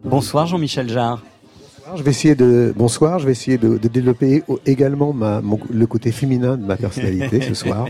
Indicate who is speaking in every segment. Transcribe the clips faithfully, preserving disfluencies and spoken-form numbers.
Speaker 1: Bonsoir Jean-Michel Jarre.
Speaker 2: Je vais essayer de bonsoir. Je vais essayer de, de développer également ma, mon, le côté féminin de ma personnalité ce soir.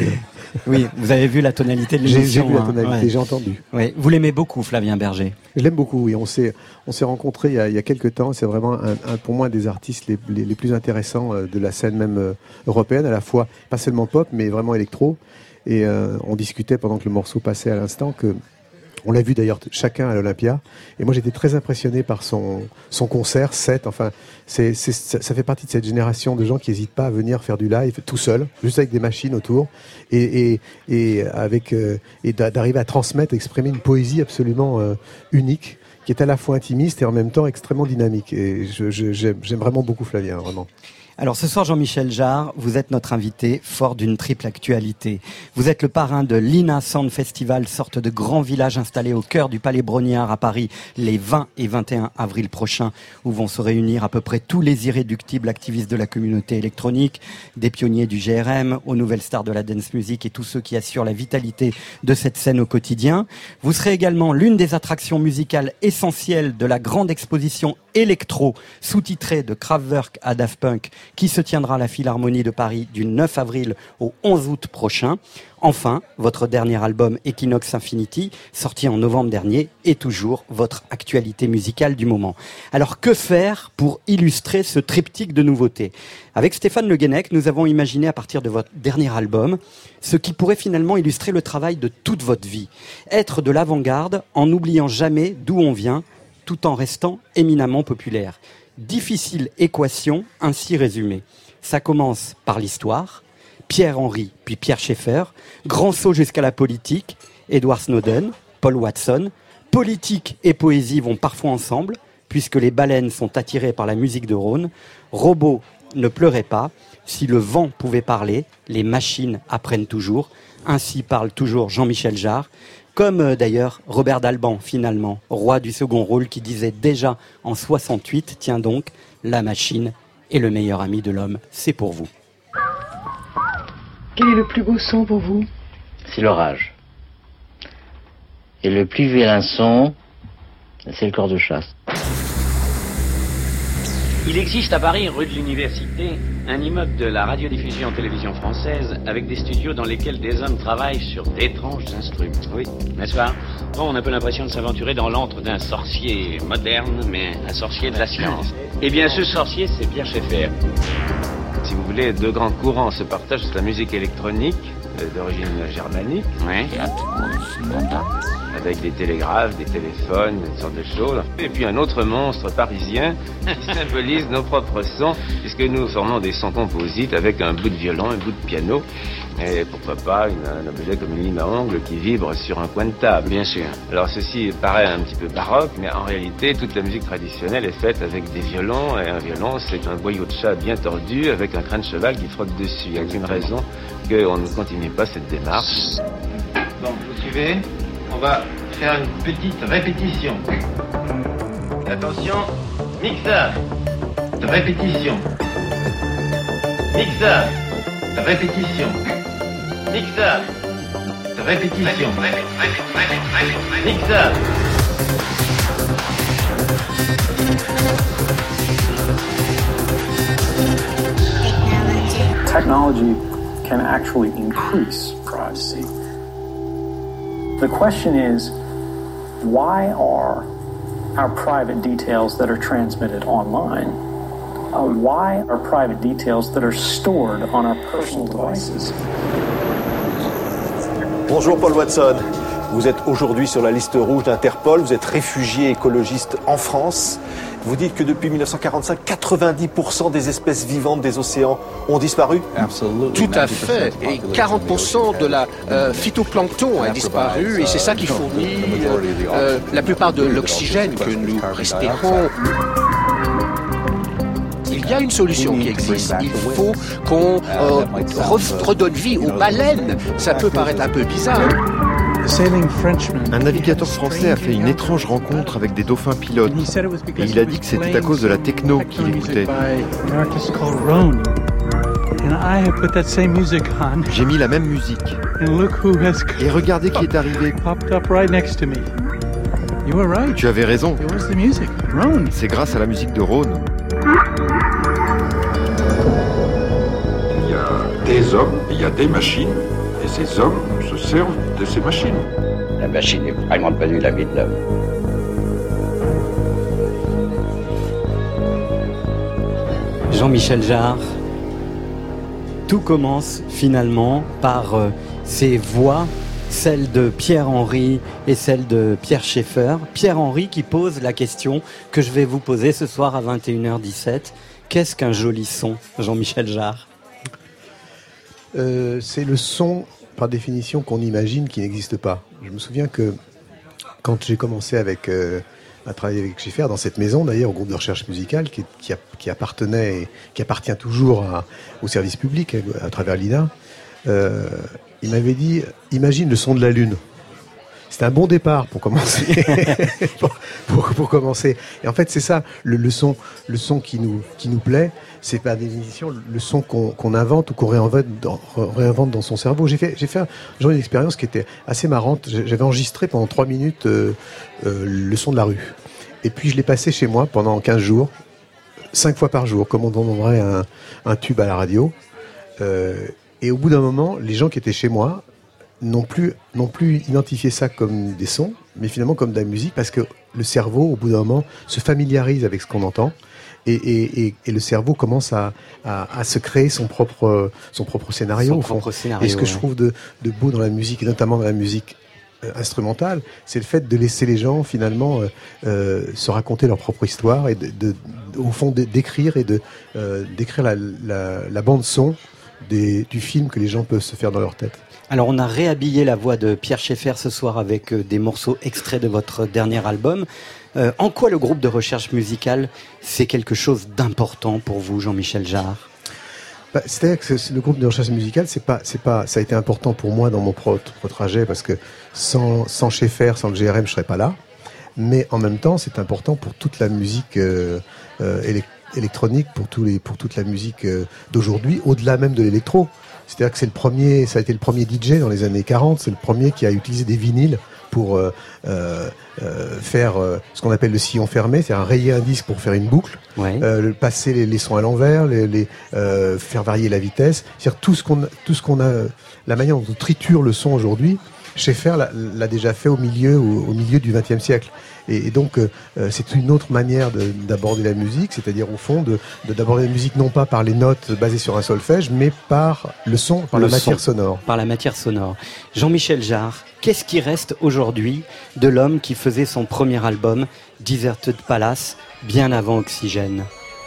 Speaker 1: Oui, vous avez vu la tonalité de l'émission.
Speaker 2: J'ai, j'ai vu la
Speaker 1: hein.
Speaker 2: tonalité,
Speaker 1: Ouais.
Speaker 2: j'ai entendu.
Speaker 1: Oui, vous l'aimez beaucoup, Flavien Berger.
Speaker 2: Je l'aime beaucoup. Oui, on s'est on s'est rencontrés il y a, il y a quelques temps. C'est vraiment un, un, pour moi un des artistes les, les, les plus intéressants de la scène même euh, européenne, à la fois pas seulement pop, mais vraiment électro. Et euh, on discutait pendant que le morceau passait à l'instant que on l'a vu d'ailleurs chacun à l'Olympia. Et moi, j'étais très impressionné par son, son concert, set. Enfin, c'est, c'est, ça fait partie de cette génération de gens qui n'hésitent pas à venir faire du live tout seul, juste avec des machines autour, et, et, et, avec, euh, et d'arriver à transmettre, exprimer une poésie absolument euh, unique, qui est à la fois intimiste et en même temps extrêmement dynamique. Et je, je, j'aime, j'aime vraiment beaucoup Flavien, vraiment.
Speaker 1: Alors ce soir, Jean-Michel Jarre, vous êtes notre invité, fort d'une triple actualité. Vous êtes le parrain de l'I N A Sound Festival, sorte de grand village installé au cœur du Palais Brognard à Paris, les vingt et vingt et un avril prochains, où vont se réunir à peu près tous les irréductibles activistes de la communauté électronique, des pionniers du G R M, aux nouvelles stars de la dance music et tous ceux qui assurent la vitalité de cette scène au quotidien. Vous serez également l'une des attractions musicales essentielles de la grande exposition électro, sous-titrée de Kraftwerk à Daft Punk, qui se tiendra à la Philharmonie de Paris du neuf avril au onze août prochain. Enfin, votre dernier album Equinox Infinity, sorti en novembre dernier, est toujours votre actualité musicale du moment. Alors que faire pour illustrer ce triptyque de nouveautés ? Avec Stéphane Le Guenec, nous avons imaginé à partir de votre dernier album ce qui pourrait finalement illustrer le travail de toute votre vie. Être de l'avant-garde en n'oubliant jamais d'où on vient, tout en restant éminemment populaire. Difficile équation ainsi résumée. Ça commence par l'histoire, Pierre Henry puis Pierre Schaeffer, grand saut jusqu'à la politique, Edward Snowden, Paul Watson. Politique et poésie vont parfois ensemble, puisque les baleines sont attirées par la musique de Rhône. Robot, ne pleurez pas, si le vent pouvait parler, les machines apprennent toujours. Ainsi parle toujours Jean-Michel Jarre. Comme euh, d'ailleurs Robert d'Alban, finalement, roi du second rôle, qui disait déjà en soixante-huit, tiens donc, la machine est le meilleur ami de l'homme, c'est pour vous.
Speaker 3: Quel est le plus beau son pour vous ?
Speaker 4: C'est l'orage. Et le plus vilain son, c'est le corps de chasse.
Speaker 5: Il existe à Paris, rue de l'Université, un immeuble de la radiodiffusion télévision française avec des studios dans lesquels des hommes travaillent sur d'étranges instruments. Oui, n'est-ce pas ? Bon, on a un peu l'impression de s'aventurer dans l'antre d'un sorcier moderne, mais un sorcier de la science. Eh bien, ce sorcier, c'est Pierre Schaeffer.
Speaker 6: Si vous voulez, deux grands courants se partagent, c'est la musique électronique, euh, d'origine germanique,
Speaker 5: Oui.
Speaker 6: avec des télégraphes, des téléphones, toutes sortes de choses. Et puis un autre monstre parisien qui symbolise nos propres sons, puisque nous formons des sons composites avec un bout de violon, un bout de piano, et pourquoi pas une, un objet comme une lime à ongles qui vibre sur un coin de table.
Speaker 5: Bien sûr.
Speaker 6: Alors ceci paraît un petit peu baroque, mais en réalité, toute la musique traditionnelle est faite avec des violons, et un violon, c'est un boyau de chat bien tordu avec un crâne de cheval qui frotte dessus. Il n'y a aucune raison qu'on ne continue pas cette démarche.
Speaker 7: Bon, vous suivez ? On va faire une petite répétition. Attention, mixage. Répétition. Mixage. Répétition. Mixage. Répétition. Mixage.
Speaker 8: Technology can actually increase privacy. The question is, why are our private details that are transmitted online, uh, why are private details that are stored on our personal devices?
Speaker 9: Bonjour Paul Watson, vous êtes aujourd'hui sur la liste rouge d'Interpol, vous êtes réfugié écologiste en France. Vous dites que depuis mille neuf cent quarante-cinq, quatre-vingt-dix pour cent des espèces vivantes des océans ont disparu ?
Speaker 10: Tout à fait. Et quarante pour cent de la euh, phytoplancton a disparu et c'est ça qui fournit euh, euh, la plupart de l'oxygène que nous respirons. Il y a une solution qui existe. Il faut qu'on euh, redonne vie aux baleines. Ça peut paraître un peu bizarre.
Speaker 11: Un navigateur français a fait une étrange rencontre avec des dauphins pilotes et il a dit que c'était à cause de la techno qu'il écoutait. J'ai mis la même musique et regardez qui est arrivé. Tu avais raison. C'est grâce à la musique de Rhône.
Speaker 3: Il y a des hommes, il y a des machines, et ces hommes se servent de ces machines.
Speaker 12: La machine est vraiment devenue la vie de l'homme.
Speaker 1: Jean-Michel Jarre, tout commence finalement par euh, ces voix, celle de Pierre-Henry et celle de Pierre Schaeffer. Pierre-Henry qui pose la question que je vais vous poser ce soir à vingt et une heures dix-sept. Qu'est-ce qu'un joli son, Jean-Michel Jarre ?
Speaker 2: euh, C'est le son, par définition, qu'on imagine qui n'existe pas. Je me souviens que quand j'ai commencé avec, euh, à travailler avec Schaeffer, dans cette maison d'ailleurs, au groupe de recherche musicale, qui, qui, a, qui appartenait, qui appartient toujours à, au service public, à, à travers l'I N A, euh, il m'avait dit, imagine le son de la Lune. C'était un bon départ pour commencer. pour, pour, pour commencer. Et en fait, c'est ça, le, le son, le son qui nous, qui nous plaît, c'est par définition le son qu'on, qu'on invente ou qu'on réinvente dans, réinvente dans son cerveau. J'ai fait, j'ai fait un, genre une expérience qui était assez marrante. J'avais enregistré pendant trois minutes euh, euh, le son de la rue. Et puis je l'ai passé chez moi pendant quinze jours, cinq fois par jour, comme on demanderait un, un tube à la radio. Euh, et au bout d'un moment, les gens qui étaient chez moi non plus, non plus identifier ça comme des sons, mais finalement comme de la musique, parce que le cerveau, au bout d'un moment, se familiarise avec ce qu'on entend, et, et, et, et le cerveau commence à, à, à se créer son propre, son propre scénario.
Speaker 1: Son
Speaker 2: au fond.
Speaker 1: propre scénario.
Speaker 2: Et ce que
Speaker 1: ouais.
Speaker 2: je trouve de, de beau dans la musique, et notamment dans la musique euh, instrumentale, c'est le fait de laisser les gens finalement euh, euh, se raconter leur propre histoire, et de, de, de, au fond de, d'écrire et de euh, d'écrire la, la, la bande son des, du film que les gens peuvent se faire dans leur tête.
Speaker 1: Alors on a réhabillé la voix de Pierre Schaeffer ce soir avec euh, des morceaux extraits de votre dernier album. Euh, en quoi le groupe de recherche musicale, c'est quelque chose d'important pour vous, Jean-Michel Jarre ?
Speaker 2: Bah, c'est-à-dire que c'est, le groupe de recherche musicale, c'est pas, c'est pas, ça a été important pour moi dans mon propre trajet, parce que sans, sans Schaeffer, sans le G R M, je serais pas là. Mais en même temps, c'est important pour toute la musique euh, euh, élect- électronique, pour tous les, pour toute la musique euh, d'aujourd'hui, au-delà même de l'électro. C'est-à-dire que c'est le premier, ça a été le premier D J dans les années quarante, c'est le premier qui a utilisé des vinyles pour euh, euh, faire euh, ce qu'on appelle le sillon fermé, c'est-à-dire rayer un disque pour faire une boucle,
Speaker 1: ouais.
Speaker 2: euh, passer les, les sons à l'envers, les, les, euh, faire varier la vitesse, c'est-à-dire tout ce qu'on, tout ce qu'on a, la manière dont on triture le son aujourd'hui, Schaeffer l'a, l'a déjà fait au milieu, au, au milieu du vingtième siècle. Et, et donc, euh, c'est une autre manière de, d'aborder la musique, c'est-à-dire au fond de, de, d'aborder la musique non pas par les notes basées sur un solfège, mais par le son, par le la matière son, sonore.
Speaker 1: Par la matière sonore. Jean-Michel Jarre, qu'est-ce qui reste aujourd'hui de l'homme qui faisait son premier album, Deserted Palace, bien avant Oxygène ?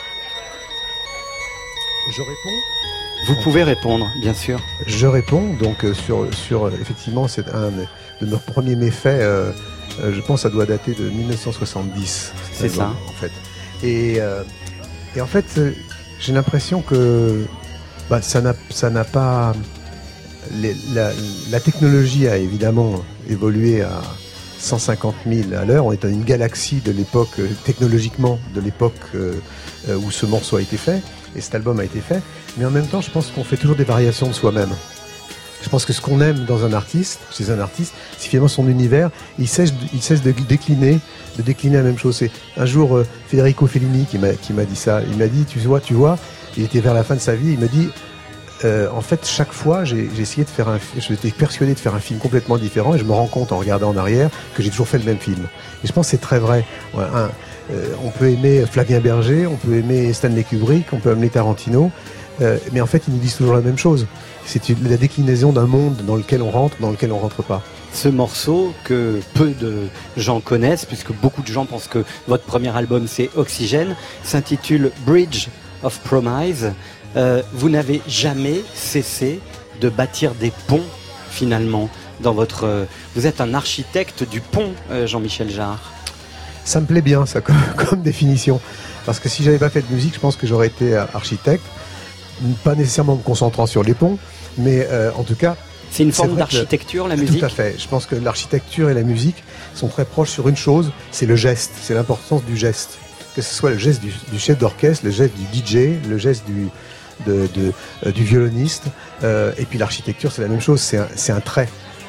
Speaker 2: Je réponds.
Speaker 1: Vous pouvez répondre, bien sûr.
Speaker 2: Je réponds, donc euh, sur, sur effectivement, c'est un de nos premiers méfaits, euh, euh, je pense que ça doit dater de dix-neuf cent soixante-dix.
Speaker 1: C'est ça.
Speaker 2: En fait. Et, euh, et en fait, euh, j'ai l'impression que bah, ça n'a, ça n'a pas... Les, la, la technologie a évidemment évolué à cent cinquante mille à l'heure. On est dans une galaxie de l'époque, euh, technologiquement, de l'époque euh, euh, où ce morceau a été fait, et cet album a été fait. Mais en même temps, je pense qu'on fait toujours des variations de soi-même. Je pense que ce qu'on aime dans un artiste, chez un artiste, c'est finalement son univers. Il cesse, il cesse de décliner, de décliner la même chose. C'est un jour euh, Federico Fellini qui m'a, qui m'a dit ça. Il m'a dit, tu vois, tu vois, il était vers la fin de sa vie. Il m'a dit, euh, en fait, chaque fois, j'ai, j'ai essayé de faire un, j'étais persuadé de faire un film complètement différent, et je me rends compte en regardant en arrière que j'ai toujours fait le même film. Et je pense que c'est très vrai. Ouais, un, euh, on peut aimer Flavien Berger, on peut aimer Stanley Kubrick, on peut aimer Tarantino. Euh, mais en fait, ils nous disent toujours la même chose. C'est une, la déclinaison d'un monde dans lequel on rentre, dans lequel on rentre pas.
Speaker 1: Ce morceau que peu de gens connaissent, puisque beaucoup de gens pensent que votre premier album c'est Oxygène, s'intitule Bridge of Promise. Euh, vous n'avez jamais cessé de bâtir des ponts, finalement, dans votre... Euh, vous êtes un architecte du pont, euh, Jean-Michel Jarre.
Speaker 2: Ça me plaît bien, ça, comme, comme définition. Parce que si j'avais pas fait de musique, je pense que j'aurais été architecte. Pas nécessairement me concentrant sur les ponts, mais euh, en tout cas...
Speaker 1: C'est une forme c'est d'architecture, la musique ?
Speaker 2: Tout à fait. Je pense que l'architecture et la musique sont très proches sur une chose, c'est le geste, c'est l'importance du geste. Que ce soit le geste du, du chef d'orchestre, le geste du D J, le geste du, de, de, euh, du violoniste, euh, et puis l'architecture, c'est la même chose, c'est un, c'est un trait.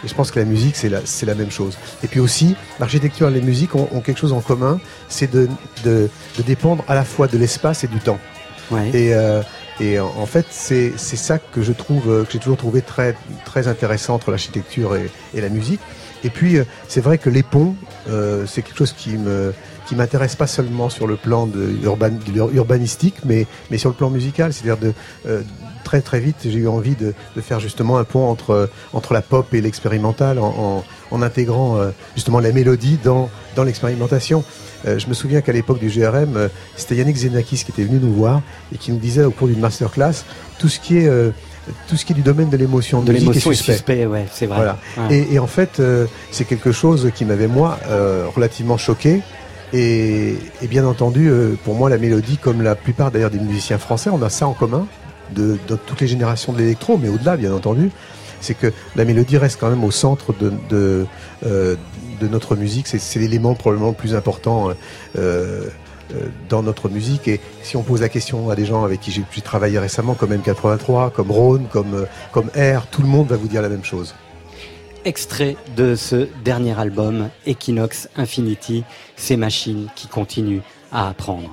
Speaker 2: Et je pense que la musique, c'est la, c'est la même chose. Et puis aussi, l'architecture et les musiques ont, ont quelque chose en commun, c'est de, de, de dépendre à la fois de l'espace et du temps.
Speaker 1: Ouais.
Speaker 2: Et, euh, et en, en fait, c'est, c'est ça que je trouve, que j'ai toujours trouvé très, très intéressant entre l'architecture et, et la musique. Et puis, euh, c'est vrai que les ponts, euh, c'est quelque chose qui me, qui m'intéresse pas seulement sur le plan de, urban, de urbanistique, mais, mais sur le plan musical. C'est-à-dire de, euh, très très vite, j'ai eu envie de, de faire justement un pont entre, entre la pop et l'expérimental en, en, en intégrant euh, justement la mélodie dans, dans l'expérimentation. Euh, je me souviens qu'à l'époque du G R M, euh, c'était Yannick Xenakis qui était venu nous voir et qui nous disait au cours d'une masterclass tout ce qui est euh, tout ce qui est du domaine de l'émotion,
Speaker 1: de l'émotion
Speaker 2: est suspect.
Speaker 1: est suspect, ouais, c'est vrai.
Speaker 2: Voilà.
Speaker 1: Ouais.
Speaker 2: Et, et en fait, euh, c'est quelque chose qui m'avait moi euh, relativement choqué. Et, et bien entendu, euh, pour moi, la mélodie, comme la plupart d'ailleurs des musiciens français, on a ça en commun, de, de toutes les générations de l'électro, mais au-delà, bien entendu, c'est que la mélodie reste quand même au centre de, de, euh, de notre musique. C'est, c'est l'élément probablement le plus important euh, dans notre musique. Et si on pose la question à des gens avec qui j'ai, j'ai travaillé récemment, comme M quatre-vingt-trois, comme Rhône, comme, comme R, tout le monde va vous dire la même chose.
Speaker 1: Extrait de ce dernier album, Equinox Infinity, ces machines qui continuent à apprendre.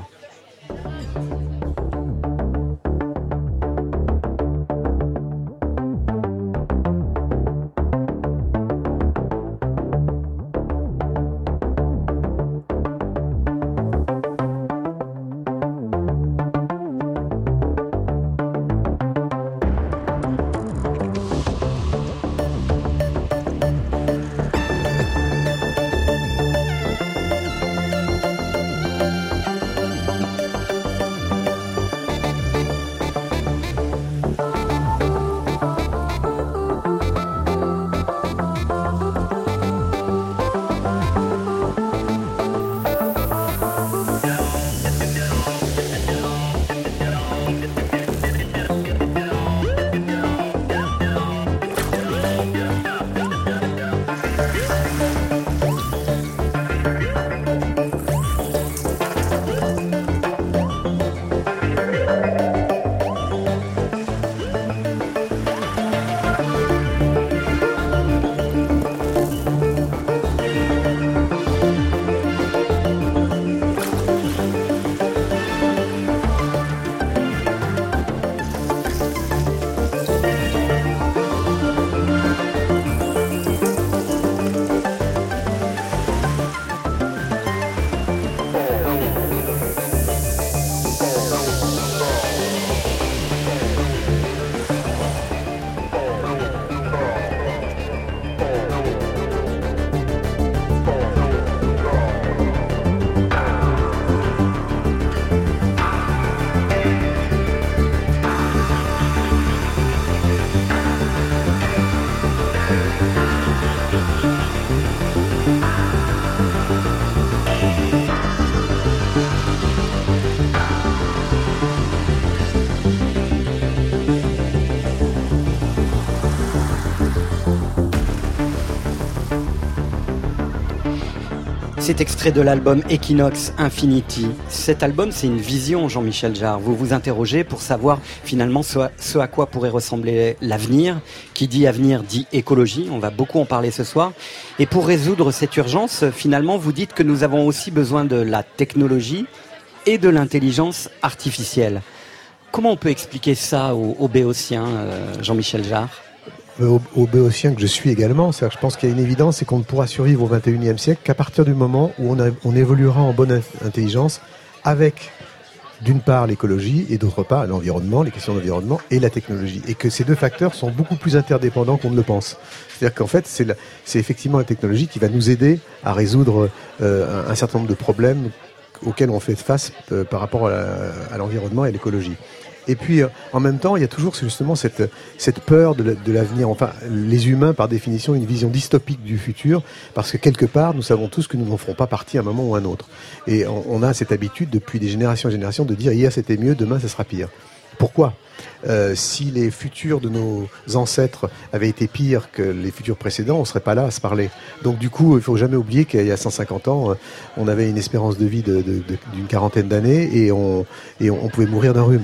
Speaker 1: Cet extrait de l'album Equinox Infinity. Cet album, c'est une vision, Jean-Michel Jarre. Vous vous interrogez pour savoir finalement ce à, ce à quoi pourrait ressembler l'avenir. Qui dit avenir dit écologie. On va beaucoup en parler ce soir. Et pour résoudre cette urgence, finalement, vous dites que nous avons aussi besoin de la technologie et de l'intelligence artificielle. Comment on peut expliquer ça aux, aux Béotiens, euh, Jean-Michel Jarre ?
Speaker 2: Au, au béotien que je suis également, c'est-à-dire que je pense qu'il y a une évidence, c'est qu'on ne pourra survivre au vingt et unième siècle qu'à partir du moment où on, a, on évoluera en bonne intelligence avec, d'une part, l'écologie et d'autre part, l'environnement, les questions d'environnement et la technologie. Et que ces deux facteurs sont beaucoup plus interdépendants qu'on ne le pense. C'est-à-dire qu'en fait, c'est, la, c'est effectivement la technologie qui va nous aider à résoudre euh, un, un certain nombre de problèmes auxquels on fait face euh, par rapport à, la, à l'environnement et à l'écologie. Et puis, euh, en même temps, il y a toujours justement cette, cette peur de, la, de l'avenir. Enfin, les humains, par définition, une vision dystopique du futur, parce que quelque part, nous savons tous que nous n'en ferons pas partie à un moment ou à un autre. Et on, on a cette habitude, depuis des générations et générations, de dire hier c'était mieux, demain ça sera pire. Pourquoi ? Euh, si les futurs de nos ancêtres avaient été pires que les futurs précédents, on ne serait pas là à se parler. Donc du coup, il ne faut jamais oublier qu'il y a cent cinquante ans, on avait une espérance de vie de, de, de, d'une quarantaine d'années et on, et on, on pouvait mourir d'un rhume.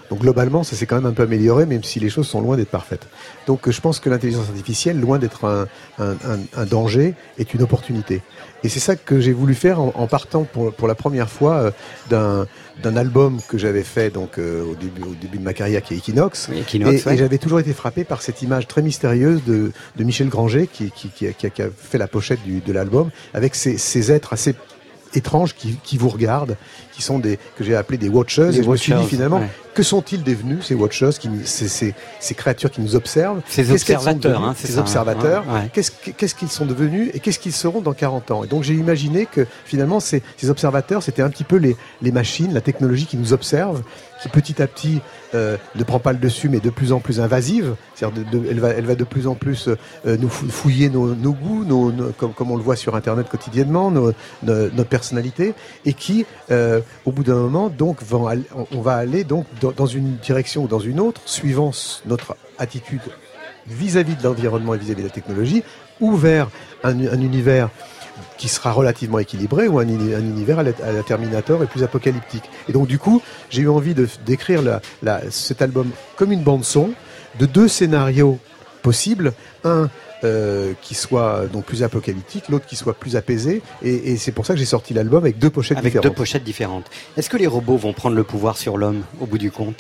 Speaker 2: Donc globalement, ça s'est quand même un peu amélioré, même si les choses sont loin d'être parfaites. Donc je pense que l'intelligence artificielle, loin d'être un, un, un, un danger, est une opportunité. Et c'est ça que j'ai voulu faire en, en partant pour, pour la première fois euh, d'un, d'un album que j'avais fait donc euh, au début au début de ma carrière, qui est Equinox.
Speaker 1: Oui, Equinox
Speaker 2: et,
Speaker 1: ouais.
Speaker 2: et j'avais toujours été frappé par cette image très mystérieuse de, de Michel Granger, qui, qui, qui, a, qui, a, qui a fait la pochette du, de l'album, avec ces, ces êtres assez étranges qui, qui vous regardent, qui sont des que j'ai appelés des watchers.
Speaker 1: Des
Speaker 2: et je
Speaker 1: watchers,
Speaker 2: me suis dit finalement,
Speaker 1: ouais.
Speaker 2: que sont-ils devenus, ces watchers, qui, ces, ces, ces créatures qui nous observent,
Speaker 1: ces
Speaker 2: qu'est-ce
Speaker 1: observateurs,
Speaker 2: devenus,
Speaker 1: hein, c'est
Speaker 2: ces
Speaker 1: ça,
Speaker 2: observateurs,
Speaker 1: hein, ouais.
Speaker 2: qu'est-ce, qu'est-ce qu'ils sont devenus et qu'est-ce qu'ils seront dans quarante ans. Et donc j'ai imaginé que finalement ces, ces observateurs, c'était un petit peu les, les machines, la technologie qui nous observe, qui petit à petit euh, ne prend pas le dessus, mais de plus en plus invasive. C'est-à-dire de, de, elle, va, elle va de plus en plus euh, nous fouiller nos, nos goûts, nos, nos, comme, comme on le voit sur Internet quotidiennement, nos, nos, notre personnalité, et qui, euh, au bout d'un moment, donc, vont, on va aller donc dans, dans une direction ou dans une autre, suivant notre attitude vis-à-vis de l'environnement et vis-à-vis de la technologie, ou vers un, un univers qui sera relativement équilibré, ou un, un univers à la, à la Terminator et plus apocalyptique. Et donc du coup, j'ai eu envie de, d'écrire la, la, cet album comme une bande-son de deux scénarios possibles, un euh, qui soit donc plus apocalyptique, l'autre qui soit plus apaisé, et, et c'est pour ça que j'ai sorti l'album avec deux pochettes
Speaker 1: avec
Speaker 2: différentes.
Speaker 1: Avec deux pochettes différentes. Est-ce que les robots vont prendre le pouvoir sur l'homme au bout du compte ?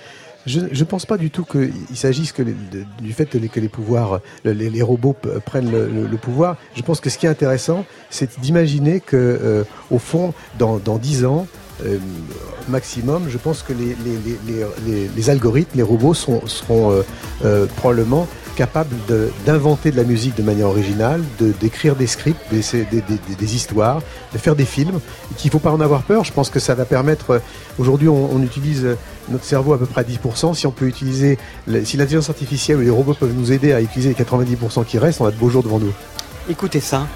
Speaker 2: Je ne pense pas du tout qu'il s'agisse que les, de, du fait que les, que les pouvoirs, les, les robots p- prennent le, le, le pouvoir. Je pense que ce qui est intéressant, c'est d'imaginer que, euh, au fond, dans, dans dix ans, euh, maximum, je pense que les, les, les, les, les algorithmes, les robots sont, seront euh, euh, probablement capables de, d'inventer de la musique de manière originale, de, d'écrire des scripts, des, des, des, des histoires, de faire des films, et qu'il ne faut pas en avoir peur. Je pense que ça va permettre... Aujourd'hui, on, on utilise notre cerveau à peu près à dix pour cent. Si on peut utiliser... Si l'intelligence artificielle ou les robots peuvent nous aider à utiliser les quatre-vingt-dix pour cent qui restent, on a de beaux jours devant nous.
Speaker 1: Écoutez ça.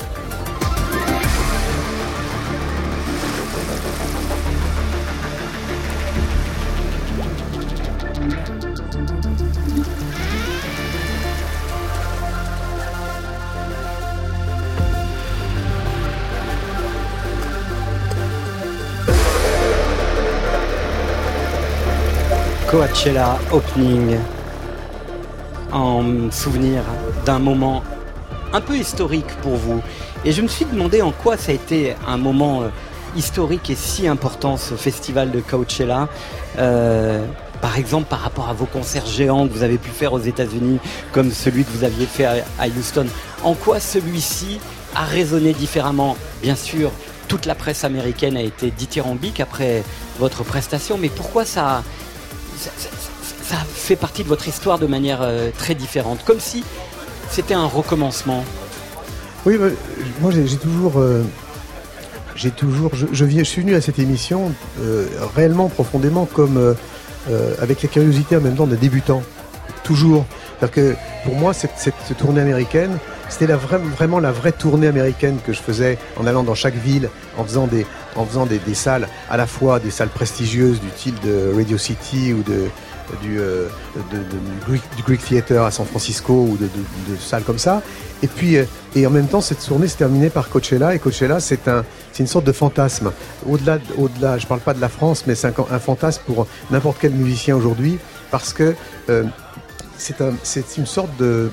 Speaker 1: Coachella Opening, en souvenir d'un moment un peu historique pour vous. Et je me suis demandé en quoi ça a été un moment historique et si important, ce festival de Coachella. Euh, par exemple, par rapport à vos concerts géants que vous avez pu faire aux États-Unis, comme celui que vous aviez fait à Houston. En quoi celui-ci a résonné différemment ? Bien sûr, toute la presse américaine a été dithyrambique après votre prestation, mais pourquoi ça a... Ça, ça, ça fait partie de votre histoire de manière euh, très différente, comme si c'était un recommencement.
Speaker 2: Oui, bah, moi j'ai, j'ai toujours, euh, j'ai toujours, je, je, viens, je suis venu à cette émission euh, réellement profondément comme euh, euh, avec la curiosité en même temps d'un débutant, toujours. C'est-à-dire que pour moi cette, cette, cette tournée américaine, c'était la vraie, vraiment la vraie tournée américaine que je faisais en allant dans chaque ville, en faisant des, en faisant des, des salles, à la fois des salles prestigieuses du style de Radio City ou de, du, euh, de, de, du, Greek, du Greek Theater à San Francisco ou de, de, de salles comme ça. Et puis, euh, et en même temps, cette tournée s'est terminée par Coachella. Et Coachella, c'est un, c'est une sorte de fantasme. Au-delà, au-delà, je parle pas de la France, mais c'est un, un fantasme pour n'importe quel musicien aujourd'hui, parce que euh, c'est, un, c'est une sorte de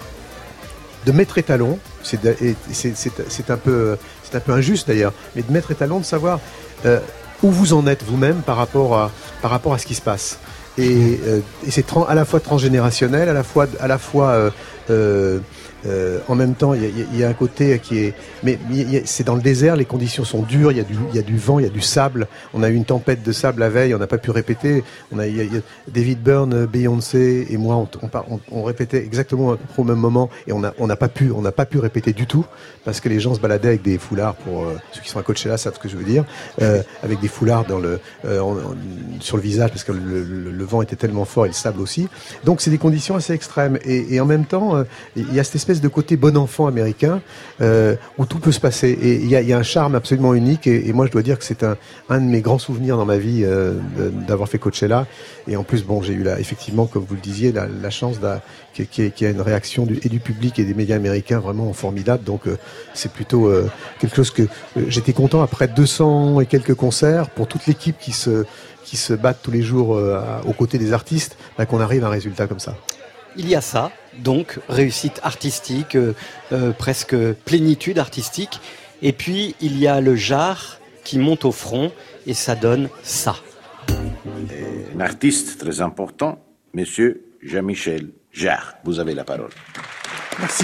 Speaker 2: de maître étalon, c'est, c'est, c'est, c'est, un peu, c'est un peu injuste d'ailleurs, mais de maître étalon, de savoir euh, où vous en êtes vous-même par rapport à, par rapport à ce qui se passe. Et, euh, et c'est tra- à la fois transgénérationnel, à la fois, à la fois euh, euh, euh, en même temps, il y, y, y a un côté qui est... Mais y a, c'est dans le désert, les conditions sont dures, il y, y a du vent, il y a du sable. On a eu une tempête de sable la veille, on n'a pas pu répéter. On a, y a, y a David Byrne, Beyoncé et moi, on, on, on répétait exactement au même moment et on n'a on a pas pu, on n'a pas pu répéter du tout parce que les gens se baladaient avec des foulards, pour euh, ceux qui sont à Coachella savent ce que je veux dire, euh, avec des foulards dans le, euh, en, en, sur le visage parce que le, le, le vent était tellement fort et le sable aussi. Donc c'est des conditions assez extrêmes et, et en même temps, euh, il y a cette espèce de côté bon enfant américain euh, où tout peut se passer et il y a, y a un charme absolument unique et, et moi je dois dire que c'est un, un de mes grands souvenirs dans ma vie euh, de, d'avoir fait Coachella et en plus bon j'ai eu là effectivement comme vous le disiez la, la chance d'a, qu'il y ait une réaction du, et du public et des médias américains vraiment formidable donc euh, c'est plutôt euh, quelque chose que euh, j'étais content après deux cents et quelques concerts pour toute l'équipe qui se qui se battent tous les jours euh, au, côté des artistes, bah, qu'on arrive à un résultat comme ça.
Speaker 1: Il y a ça, donc réussite artistique, euh, euh, presque plénitude artistique. Et puis il y a le Jarre qui monte au front et ça donne ça.
Speaker 3: Un artiste très important, Monsieur Jean-Michel Jarre. Vous avez la parole.
Speaker 13: Merci.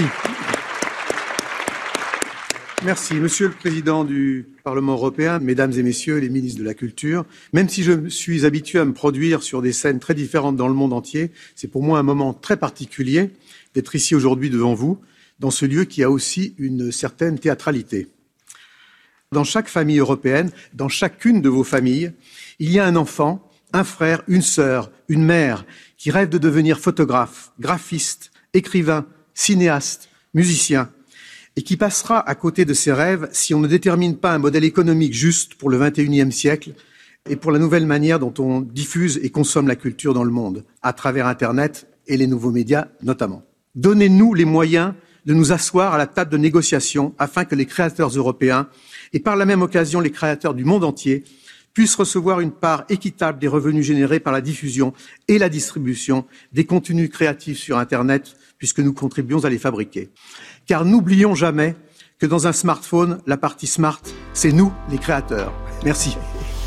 Speaker 13: Merci, Monsieur le Président du Parlement européen, Mesdames et Messieurs les ministres de la Culture. Même si je suis habitué à me produire sur des scènes très différentes dans le monde entier, c'est pour moi un moment très particulier d'être ici aujourd'hui devant vous, dans ce lieu qui a aussi une certaine théâtralité. Dans chaque famille européenne, dans chacune de vos familles, il y a un enfant, un frère, une sœur, une mère qui rêve de devenir photographe, graphiste, écrivain, cinéaste, musicien, et qui passera à côté de ses rêves si on ne détermine pas un modèle économique juste pour le vingt et unième siècle et pour la nouvelle manière dont on diffuse et consomme la culture dans le monde, à travers Internet et les nouveaux médias notamment. Donnez-nous les moyens de nous asseoir à la table de négociation afin que les créateurs européens, et par la même occasion les créateurs du monde entier, puissent recevoir une part équitable des revenus générés par la diffusion et la distribution des contenus créatifs sur Internet, puisque nous contribuons à les fabriquer. Car n'oublions jamais que dans un smartphone, la partie smart, c'est nous, les créateurs. Merci.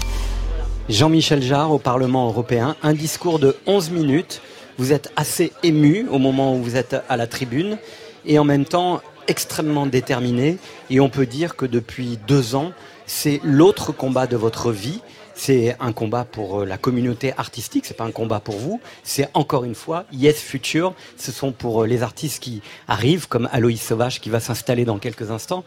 Speaker 1: Jean-Michel Jarre au Parlement européen, un discours de onze minutes. Vous êtes assez ému au moment où vous êtes à la tribune et en même temps extrêmement déterminé. Et on peut dire que depuis deux ans, c'est l'autre combat de votre vie. C'est un combat pour la communauté artistique, c'est pas un combat pour vous. C'est encore une fois Yes Future. Ce sont pour les artistes qui arrivent, comme Aloïs Sauvage qui va s'installer dans quelques instants.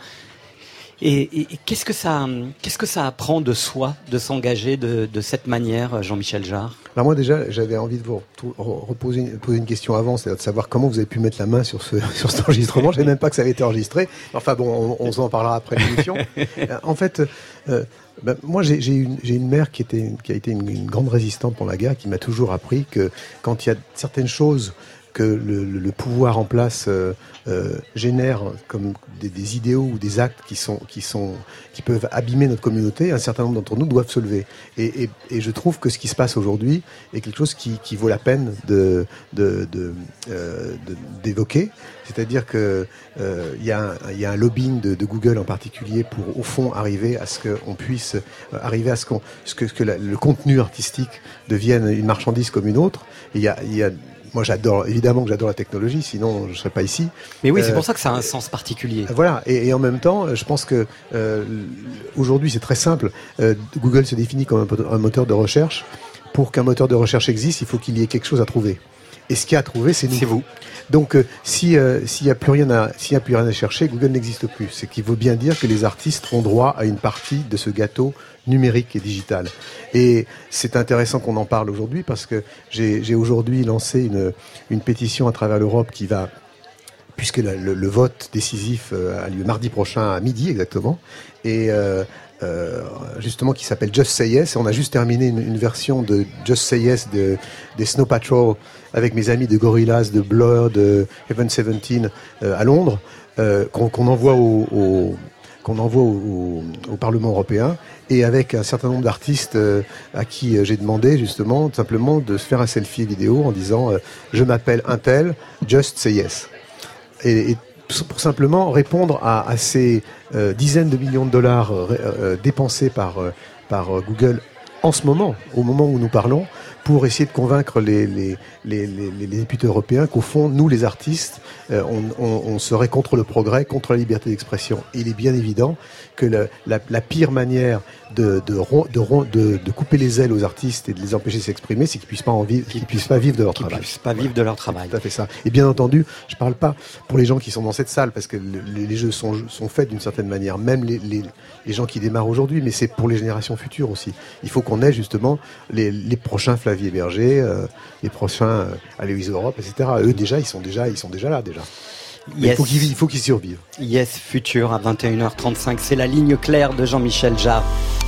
Speaker 1: Et, et, et qu'est-ce que ça, qu'est-ce que ça apprend de soi, de s'engager de, de cette manière, Jean-Michel Jarre?
Speaker 2: Alors moi déjà, j'avais envie de vous reposer une, poser une question avant, c'est-à-dire de savoir comment vous avez pu mettre la main sur ce sur cet enregistrement. Je savais même pas que ça avait été enregistré. Enfin bon, on, on s'en parlera après l'émission. En fait, euh, ben, moi j'ai, j'ai, une, j'ai une mère qui était qui a été une, une grande résistante pour la guerre, qui m'a toujours appris que quand il y a certaines choses que le, le, le pouvoir en place euh, euh, génère comme des, des idéaux ou des actes qui sont qui sont qui peuvent abîmer notre communauté, un certain nombre d'entre nous doivent se lever. Et, et, et je trouve que ce qui se passe aujourd'hui est quelque chose qui, qui vaut la peine de, de, de, euh, de d'évoquer. C'est-à-dire que euh, il y a un, il y a un lobbying de, de Google en particulier pour au fond arriver à ce qu'on puisse euh, arriver à ce qu'on ce que, ce que la, le contenu artistique devienne une marchandise comme une autre. Et il y a il y a Moi, j'adore, évidemment que j'adore la technologie, sinon je ne serais pas ici.
Speaker 1: Mais oui,
Speaker 2: euh,
Speaker 1: c'est pour ça que ça a un sens particulier.
Speaker 2: Voilà, et, et en même temps, je pense que euh, aujourd'hui, c'est très simple. Euh, Google se définit comme un, un moteur de recherche. Pour qu'un moteur de recherche existe, il faut qu'il y ait quelque chose à trouver. Et ce qu'il y a à trouver, c'est nous.
Speaker 1: C'est vous.
Speaker 2: Donc, euh, si euh, s'il n'y a plus rien à s'il y a plus rien à chercher, Google n'existe plus. C'est qu'il veut bien dire que les artistes ont droit à une partie de ce gâteau numérique et digital. Et c'est intéressant qu'on en parle aujourd'hui parce que j'ai, j'ai aujourd'hui lancé une une pétition à travers l'Europe qui va, puisque le, le, le vote décisif a lieu mardi prochain à midi exactement, et euh, Euh, justement qui s'appelle Just Say Yes, et on a juste terminé une, une version de Just Say Yes de, des Snow Patrol avec mes amis de Gorillaz, de Blur, de Heaven dix-sept euh, à Londres, euh, qu'on, qu'on envoie au, au qu'on envoie au, au, au Parlement européen, et avec un certain nombre d'artistes euh, à qui euh, j'ai demandé justement simplement de se faire un selfie vidéo en disant euh, je m'appelle un tel, Just Say Yes, et, et pour simplement répondre à, à ces euh, dizaines de millions de dollars euh, euh, dépensés par, euh, par euh, Google en ce moment, au moment où nous parlons, pour essayer de convaincre les, les, les, les, les députés européens qu'au fond, nous les artistes, euh, on, on, on serait contre le progrès, contre la liberté d'expression. Et il est bien évident que la, la, la pire manière de, de, de, de, de couper les ailes aux artistes et de les empêcher de s'exprimer, c'est qu'ils puissent pas en vivre, qu'ils puissent pas vivre de leur
Speaker 1: qu'ils
Speaker 2: travail.
Speaker 1: Qu'ils puissent pas vivre de leur travail.
Speaker 2: Tout à fait ça. Et bien entendu, je parle pas pour les gens qui sont dans cette salle, parce que le, les jeux sont, sont faits d'une certaine manière, même les, les, les gens qui démarrent aujourd'hui, mais c'est pour les générations futures aussi. Il faut qu'on ait justement les, les prochains Flavie Berger, euh, les prochains euh, Aloïs Europe, et cetera. Eux déjà, ils sont déjà, ils sont déjà là déjà. Yes. Il faut qu'ils, il faut qu'ils survivent.
Speaker 1: Yes Future à vingt et une heures trente-cinq, c'est la ligne claire de Jean-Michel Jarre.